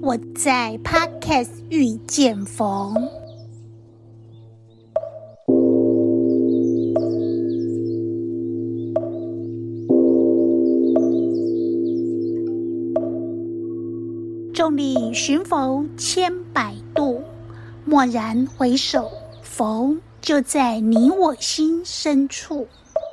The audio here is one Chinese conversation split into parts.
我在 Podcast 遇见佛。众里寻佛千百度，蓦然回首，佛就在你我心深处。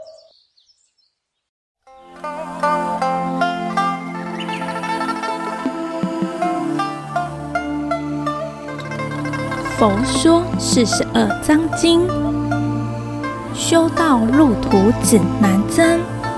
佛说42章经，修道路途指南针。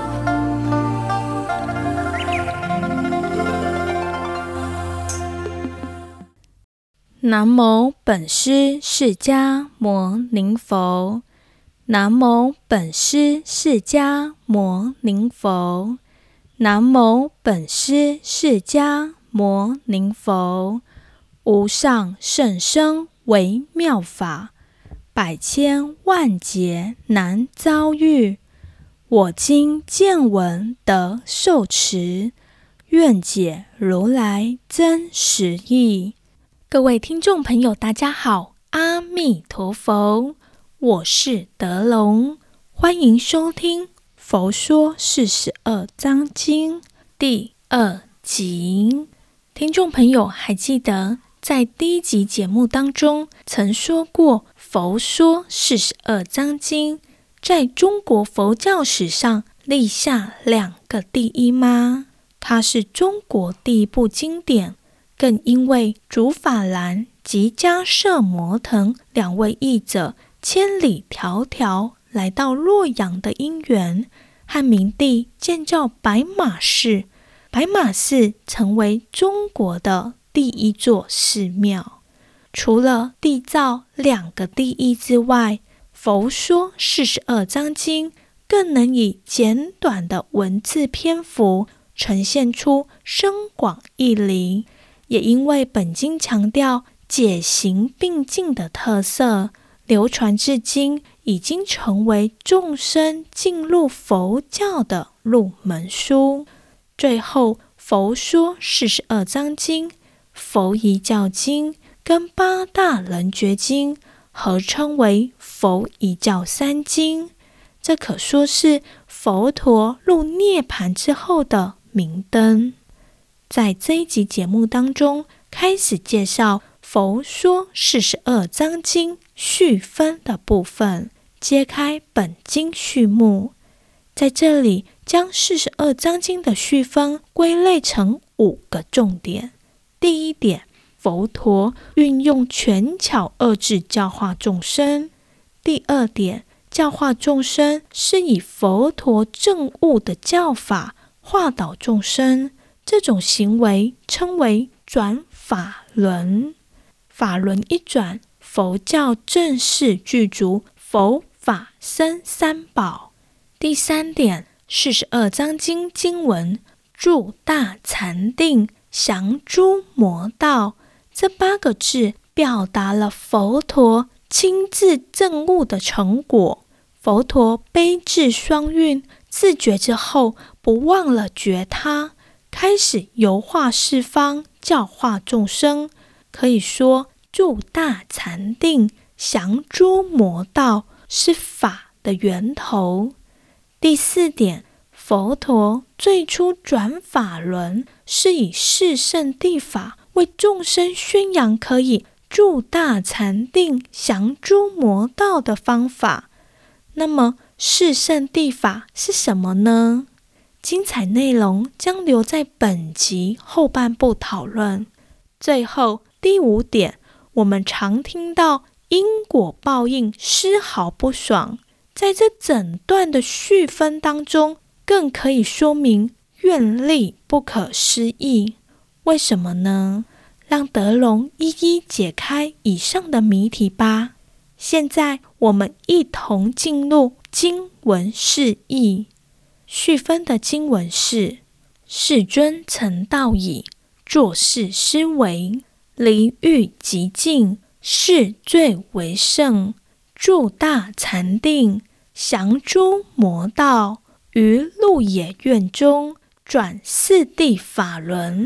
南无本师释迦牟尼佛，南无本师释迦牟尼佛，南无本师释迦牟尼佛。无上甚深微妙法，百千万劫难遭遇。我今见闻得受持，愿解如来真实义。各位听众朋友大家好，阿弥陀佛，我是德龙，欢迎收听佛说42章经第2集。听众朋友还记得在第1集节目当中曾说过，佛说42章经在中国佛教史上立下2个第一吗？它是中国第一部经典，更因为竺法兰及迦摄摩腾2位译者千里迢迢来到洛阳的因缘，和明帝建造白马寺，白马寺成为中国的第一座寺庙。除了缔造2个第一之外，佛说42章经更能以简短的文字篇幅呈现出深广义理。也因为本经强调解行并进的特色，流传至今，已经成为众生进入佛教的入门书。最后，佛说42章经、佛遗教经跟8大人觉经合称为佛遗教3经，这可说是佛陀入涅槃之后的明灯。在这一集节目当中，开始介绍佛说42章经序分的部分，揭开本经序目。在这里将42章经的序分归类成5个重点。第一点，佛陀运用权巧2字教化众生。第二点，教化众生是以佛陀证悟的教法化导众生，这种行为称为转法轮。法轮一转，佛教正式具足佛法僧3宝。第三点，42章经经文住大禅定，降诸魔道，这8个字表达了佛陀亲自证悟的成果。佛陀悲智双运，自觉之后不忘了觉他，开始游化四方，教化众生。可以说住大禅定，降诸魔道是法的源头。第4点，佛陀最初转法轮是以四圣谛法为众生宣扬可以住大禅定，降诸魔道的方法。那么四圣谛法是什么呢？精彩内容将留在本集后半部讨论。最后第5点，我们常听到因果报应丝毫不爽，在这整段的序分当中，更可以说明愿力不可思议。为什么呢？让德龙一一解开以上的谜题吧。现在我们一同进入经文释义。序分的经文是：世尊曾道已，作是思维，离欲极尽，是最为胜，住大禅定，降诸魔道，于鹿野苑中转4谛法轮，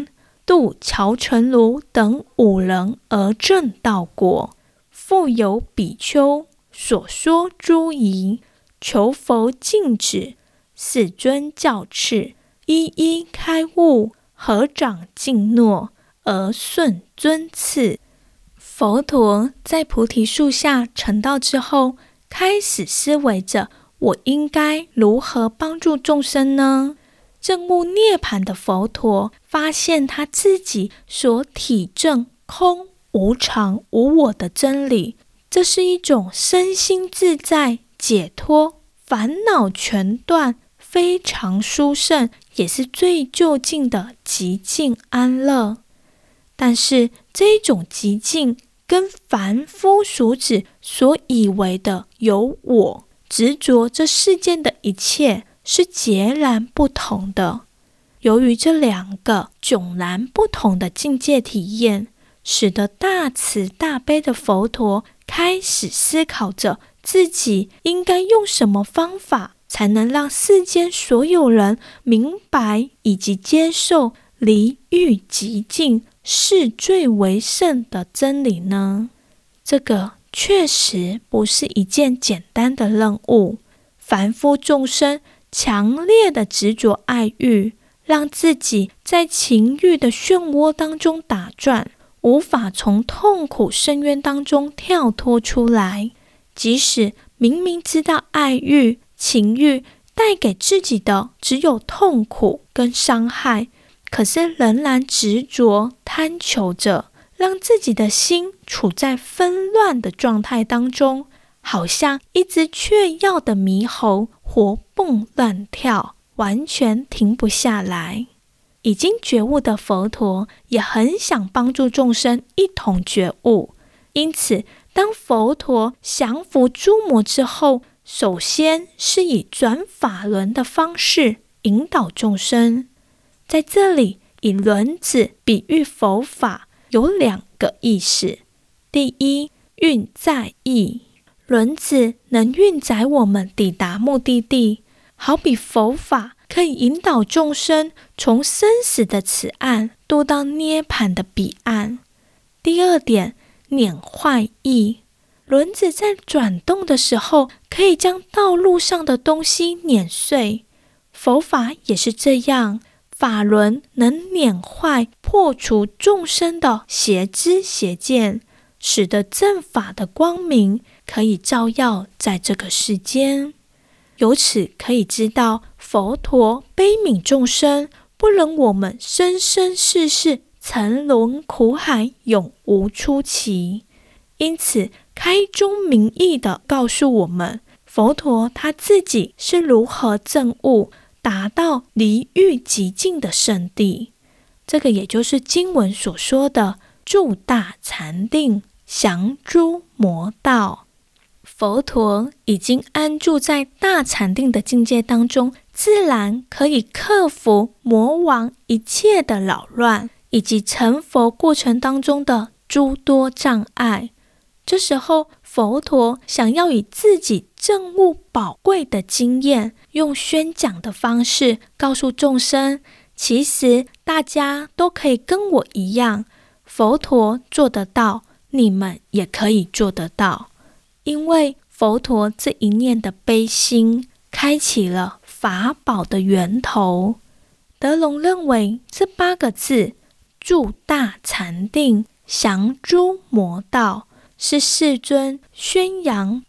度乔成卢等5人而证道果，复有比丘所说诸疑，求佛禁止，世尊教敕，一一开悟，合掌敬诺，而顺尊赐。佛陀在菩提树下成道之后，开始思维着我应该如何帮助众生呢？证悟涅槃的佛陀发现他自己所体证空无常无我的真理，这是一种身心自在、解脱、烦恼全断，非常殊胜，也是最究竟的极静安乐。但是这一种极静跟凡夫俗子所以为的有我执着这世间的一切是截然不同的。由于这2个迥然不同的境界体验，使得大慈大悲的佛陀开始思考着自己应该用什么方法才能让世间所有人明白以及接受离欲极静是最为胜的真理呢？这个确实不是一件简单的任务。凡夫众生强烈的执着爱欲，让自己在情欲的漩涡当中打转，无法从痛苦深渊当中跳脱出来。即使明明知道爱欲、情欲带给自己的只有痛苦跟伤害，可是仍然执着贪求着，让自己的心处在纷乱的状态当中，好像一只雀跃的猕猴，活蹦乱跳，完全停不下来。已经觉悟的佛陀也很想帮助众生一同觉悟，因此当佛陀降服诸魔之后，首先是以转法轮的方式引导众生。在这里以轮子比喻佛法有2个意思。第一，运载意，轮子能运载我们抵达目的地，好比佛法可以引导众生从生死的此岸渡到涅槃的彼岸。第2点，碾坏意，轮子在转动的时候可以将道路上的东西碾碎，佛法也是这样，法轮能碾坏破除众生的邪知邪见，使得正法的光明可以照耀在这个世间。由此可以知道，佛陀悲悯众生，不忍我们生生世世沉沦苦海，永无出期。因此开宗明义地告诉我们，佛陀他自己是如何证悟达到离欲极静的圣地。这个也就是经文所说的住大禅定，降诸魔道。佛陀已经安住在大禅定的境界当中，自然可以克服魔王一切的扰乱，以及成佛过程当中的诸多障碍。这时候佛陀想要以自己证悟宝贵的经验，用宣讲的方式告诉众生，其实大家都可以跟我一样，佛陀做得到，你们也可以做得到。因为佛陀这一念的悲心，开启了法宝的源头。德隆认为这8个字住大禅定，降诸魔道，是世尊宣扬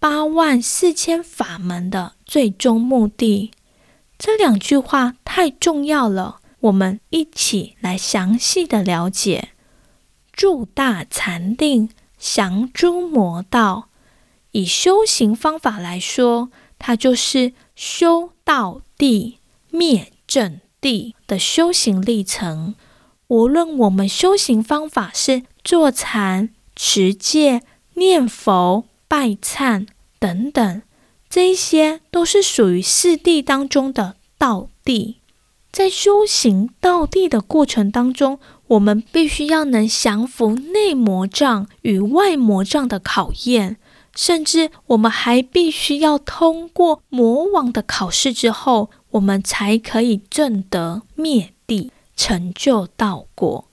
84000法门的最终目的。这2句话太重要了，我们一起来详细的了解。住大禅定，降诸魔道，以修行方法来说，它就是修道地、灭正地的修行历程。无论我们修行方法是坐禅、持戒、念佛、拜忏等等，这一些都是属于四谛当中的道地。在修行道地的过程当中，我们必须要能降服内魔障与外魔障的考验，甚至我们还必须要通过魔王的考试之后，我们才可以证得灭地，成就道果。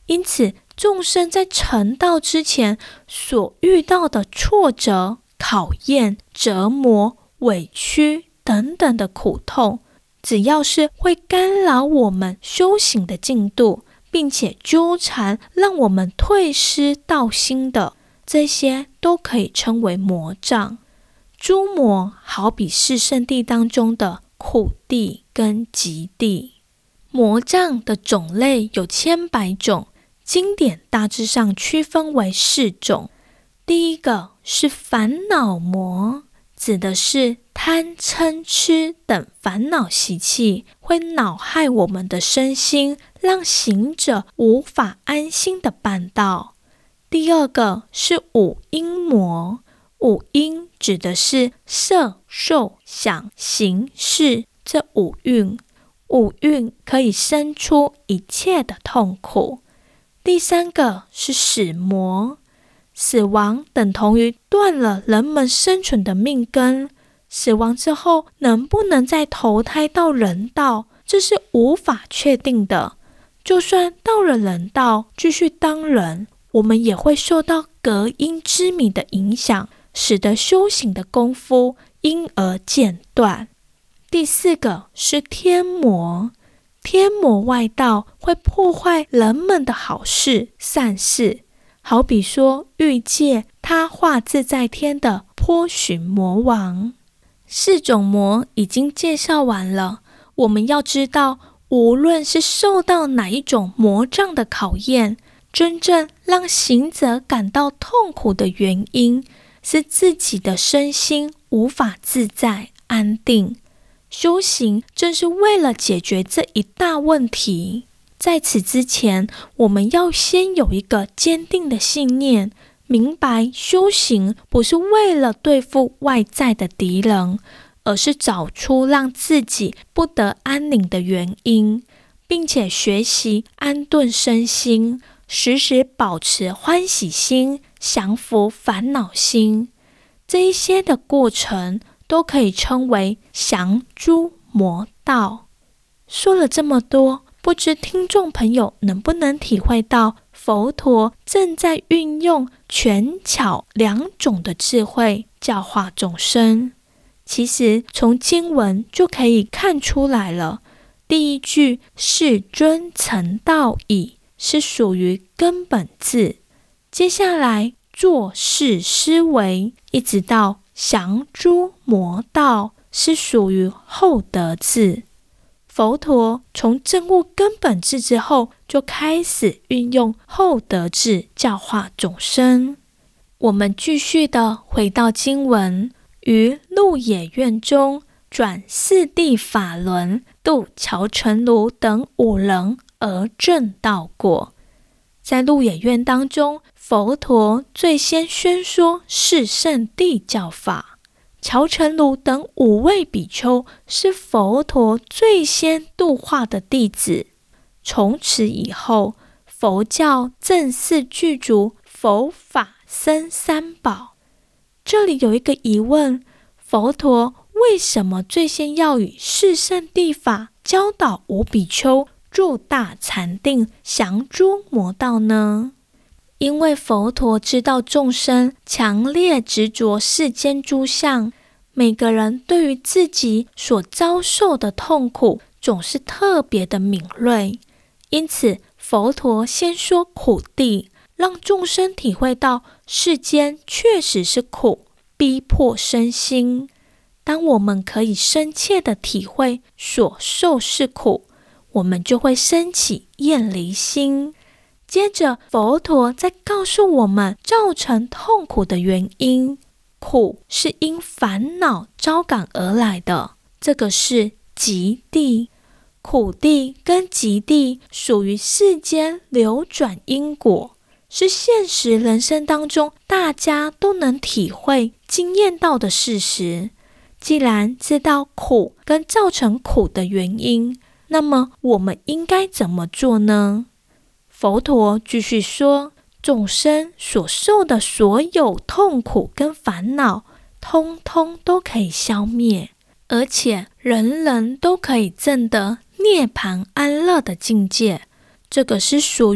因此众生在成道之前所遇到的挫折、考验、折磨、委屈等等的苦痛，只要是会干扰我们修行的进度，并且纠缠让我们退失道心的，这些都可以称为魔障。诸魔好比四圣谛当中的苦谛跟集谛。魔障的种类有千百种，经典大致上区分为4种。第一个是烦恼魔，指的是贪嗔痴等烦恼习气会恼害我们的身心，让行者无法安心的办道。第二个是五阴魔，五阴指的是色、受、想、行、识这五蕴，五蕴可以生出一切的痛苦。第三个是死魔，死亡等同于断了人们生存的命根，死亡之后能不能再投胎到人道，这是无法确定的。就算到了人道继续当人，我们也会受到隔阴之迷的影响，使得修行的功夫因而间断。第四个是天魔，天魔外道会破坏人们的好事善事，好比说欲界他化自在天的波旬魔王。4种魔已经介绍完了，我们要知道，无论是受到哪一种魔障的考验，真正让行者感到痛苦的原因，是自己的身心无法自在安定。修行正是为了解决这一大问题。在此之前，我们要先有一个坚定的信念，明白修行不是为了对付外在的敌人，而是找出让自己不得安宁的原因，并且学习安顿身心，时时保持欢喜心，降服烦恼心。这一些的过程都可以称为降诸魔道。说了这么多，不知听众朋友能不能体会到佛陀正在运用权巧2种的智慧教化众生。其实从经文就可以看出来了，第一句世尊成道已是属于根本字，接下来做事思维一直到降诸魔道是属于后得字。佛陀从证悟根本智之后，就开始运用后得智教化众生。我们继续的回到经文，于鹿野苑中转4谛法轮，度乔成卢等5人而证道果。在鹿野苑当中，佛陀最先宣说四圣谛教法，乔成卢等5位比丘是佛陀最先度化的弟子。从此以后，佛教正式具足佛法僧3宝。这里有一个疑问，佛陀为什么最先要以四圣谛法教导5比丘入大禅定，降诸魔道呢？因为佛陀知道众生强烈执着世间诸相，每个人对于自己所遭受的痛苦总是特别的敏锐，因此佛陀先说苦谛，让众生体会到世间确实是苦，逼迫身心。当我们可以深切的体会所受是苦，我们就会升起厌离心。接着佛陀再告诉我们造成痛苦的原因，苦是因烦恼招感而来的，这个是集谛。苦谛跟集谛属于世间流转因果，是现实人生当中大家都能体会经验到的事实。既然知道苦跟造成苦的原因，那么我们应该怎么做呢？佛陀继续说，众生所受的所有痛苦跟烦恼，通通都可以消灭，而且人人都可以证得涅槃安乐的境界。这个是属于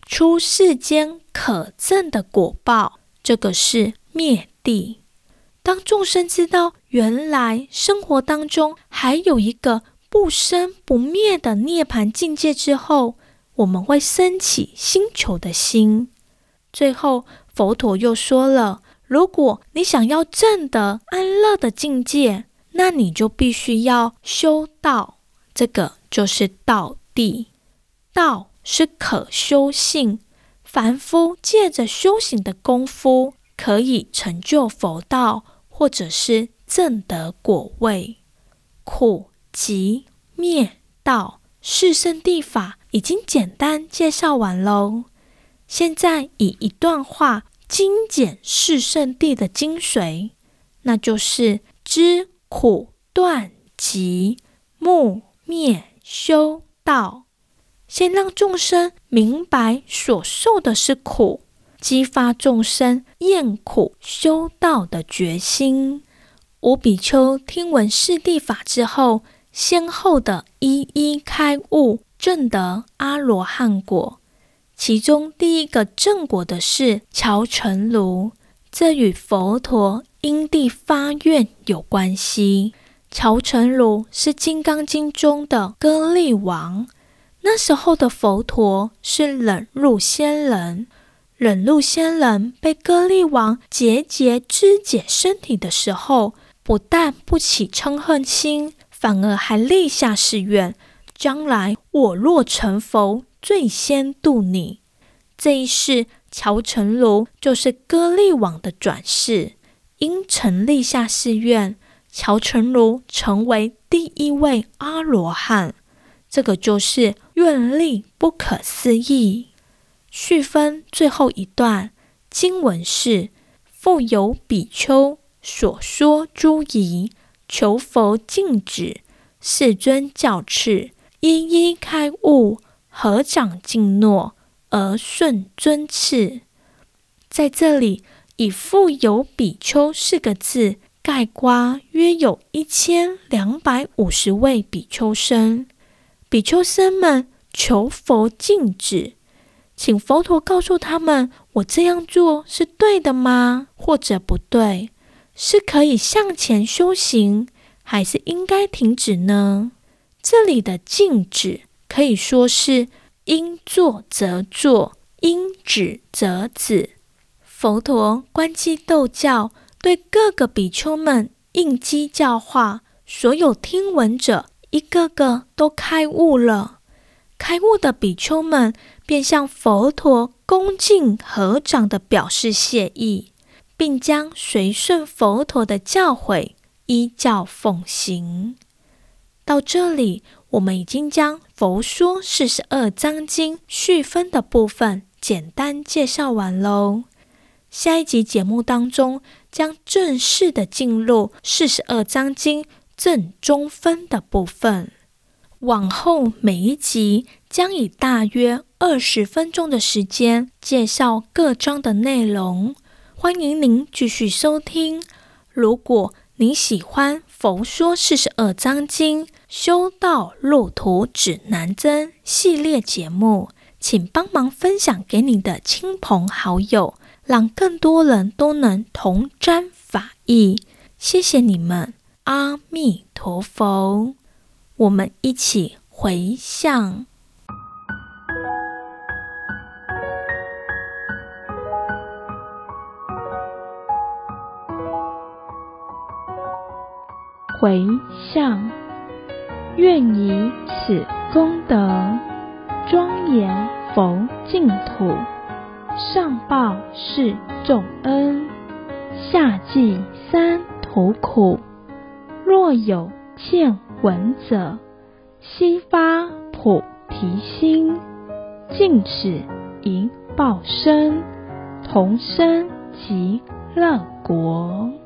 出世间可憎的果报，这个是灭地。当众生知道原来生活当中还有一个不生不灭的涅槃境界之后，我们会升起星球的心。最后佛陀又说了，如果你想要证得安乐的境界，那你就必须要修道，这个就是道地。道是可修性，凡夫借着修行的功夫，可以成就佛道，或者是证得果位。苦集灭道四圣谛法已经简单介绍完喽，现在以一段话精简四圣谛的精髓，那就是知苦断集灭灭修道。先让众生明白所受的是苦，激发众生厌苦修道的决心。五比丘听闻四谛法之后，先后的一一开悟，证得阿罗汉果。其中第一个证果的是乔成卢，这与佛陀因地发愿有关系。乔成卢是《金刚经》中的歌利王，那时候的佛陀是忍辱仙人。忍辱仙人被歌利王节节肢解身体的时候，不但不起嗔恨心，反而还立下誓愿，将来我若成佛，最先度你。这一世乔成卢就是歌利王的转世，因曾立下誓愿，乔成卢成为第一位阿罗汉，这个就是愿力不可思议。续分最后一段经文是：复有比丘所说诸疑，求佛禁止，世尊教敕，一一开悟，合掌敬诺，而顺尊敕。在这里以复有比丘4个字概括约有1250位比丘僧。比丘僧们求佛禁止，请佛陀告诉他们，我这样做是对的吗？或者不对？是可以向前修行，还是应该停止呢？这里的禁止可以说是应做则做，应止则止。佛陀观机逗教，对各个比丘们应机教化，所有听闻者一个个都开悟了。开悟的比丘们便向佛陀恭敬合掌地表示谢意，并将随顺佛陀的教诲依教奉行。到这里，我们已经将《佛说42章经》续分的部分简单介绍完喽。下一集节目当中，将正式的进入42章经正中分的部分。往后每一集将以大约20分钟的时间介绍各章的内容，欢迎您继续收听。如果你喜欢《佛说42章经修道路途指南针》系列节目，请帮忙分享给你的亲朋好友，让更多人都能同沾法益。谢谢你们，阿弥陀佛。我们一起回向。 回向，愿以此功德，庄严佛净土，上报四重恩，下济三途苦。若有见闻者，悉发菩提心，尽此一报身，同生极乐国。